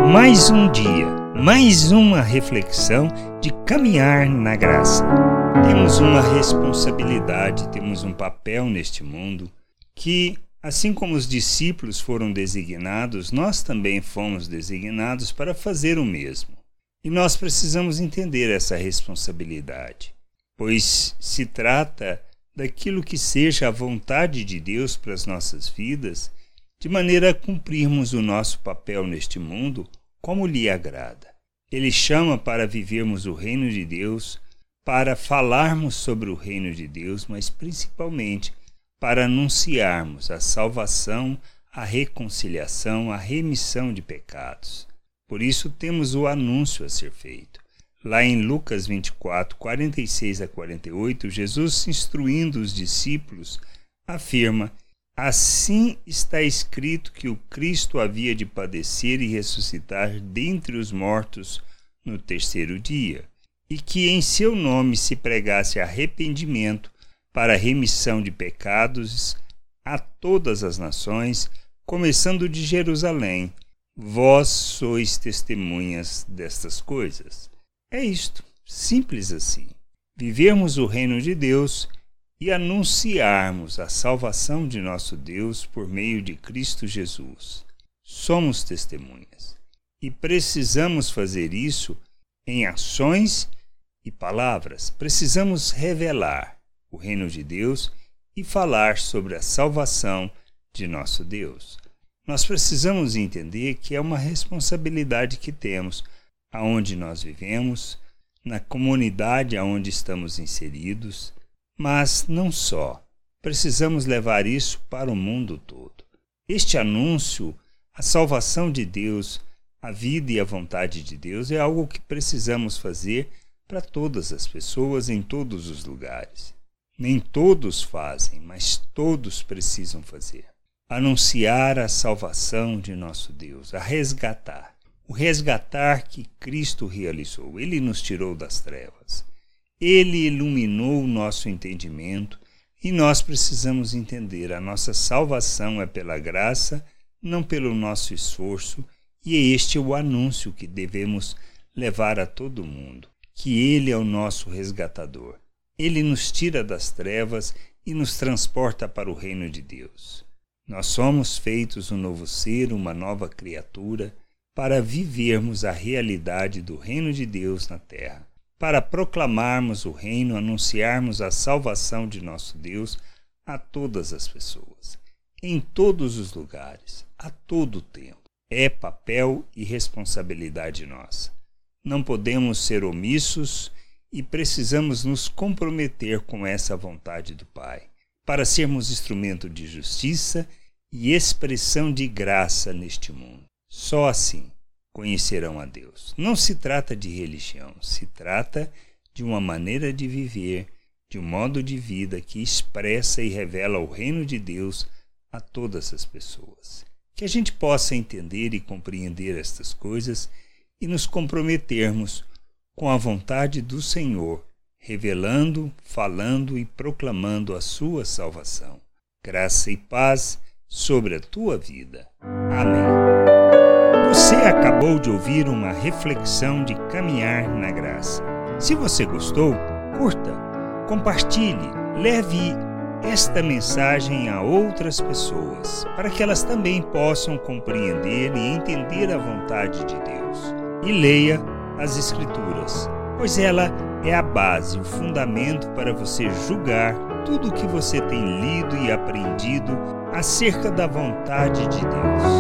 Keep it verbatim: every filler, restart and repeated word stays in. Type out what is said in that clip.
Mais um dia, mais uma reflexão de caminhar na graça. Temos uma responsabilidade, temos um papel neste mundo que, assim como os discípulos foram designados, nós também fomos designados para fazer o mesmo. E nós precisamos entender essa responsabilidade, pois se trata daquilo que seja a vontade de Deus para as nossas vidas, de maneira a cumprirmos o nosso papel neste mundo como lhe agrada. Ele chama para vivermos o reino de Deus, para falarmos sobre o reino de Deus, mas principalmente para anunciarmos a salvação, a reconciliação, a remissão de pecados. Por isso temos o anúncio a ser feito. Lá em Lucas vinte e quatro, quarenta e seis a quarenta e oito, Jesus, instruindo os discípulos, afirma: assim está escrito que o Cristo havia de padecer e ressuscitar dentre os mortos no terceiro dia, e que em seu nome se pregasse arrependimento para a remissão de pecados a todas as nações, começando de Jerusalém. Vós sois testemunhas destas coisas. É isto, simples assim. Vivermos o reino de Deus e anunciarmos a salvação de nosso Deus por meio de Cristo Jesus. Somos testemunhas e precisamos fazer isso em ações e palavras. Precisamos revelar o reino de Deus e falar sobre a salvação de nosso Deus. Nós precisamos entender que é uma responsabilidade que temos aonde nós vivemos, na comunidade aonde estamos inseridos, mas não só. Precisamos levar isso para o mundo todo. Este anúncio, a salvação de Deus, a vida e a vontade de Deus é algo que precisamos fazer para todas as pessoas em todos os lugares. Nem todos fazem, mas todos precisam fazer. Anunciar a salvação de nosso Deus, a resgatar. O resgatar que Cristo realizou. Ele nos tirou das trevas. Ele iluminou o nosso entendimento e nós precisamos entender. A nossa salvação é pela graça, não pelo nosso esforço, e este é o anúncio que devemos levar a todo mundo, que Ele é o nosso resgatador. Ele nos tira das trevas e nos transporta para o reino de Deus. Nós somos feitos um novo ser, uma nova criatura, para vivermos a realidade do reino de Deus na terra, para proclamarmos o reino, anunciarmos a salvação de nosso Deus a todas as pessoas, em todos os lugares, a todo tempo. É papel e responsabilidade nossa. Não podemos ser omissos e precisamos nos comprometer com essa vontade do Pai, para sermos instrumento de justiça e expressão de graça neste mundo. Só assim conhecerão a Deus. Não se trata de religião, se trata de uma maneira de viver, de um modo de vida que expressa e revela o reino de Deus a todas as pessoas. Que a gente possa entender e compreender estas coisas e nos comprometermos com a vontade do Senhor, revelando, falando e proclamando a sua salvação. Graça e paz sobre a tua vida. Amém. Você acabou de ouvir uma reflexão de caminhar na graça. Se você gostou, curta, compartilhe, leve esta mensagem a outras pessoas, para que elas também possam compreender e entender a vontade de Deus. E leia as Escrituras, pois ela é a base, o fundamento para você julgar tudo o que você tem lido e aprendido acerca da vontade de Deus.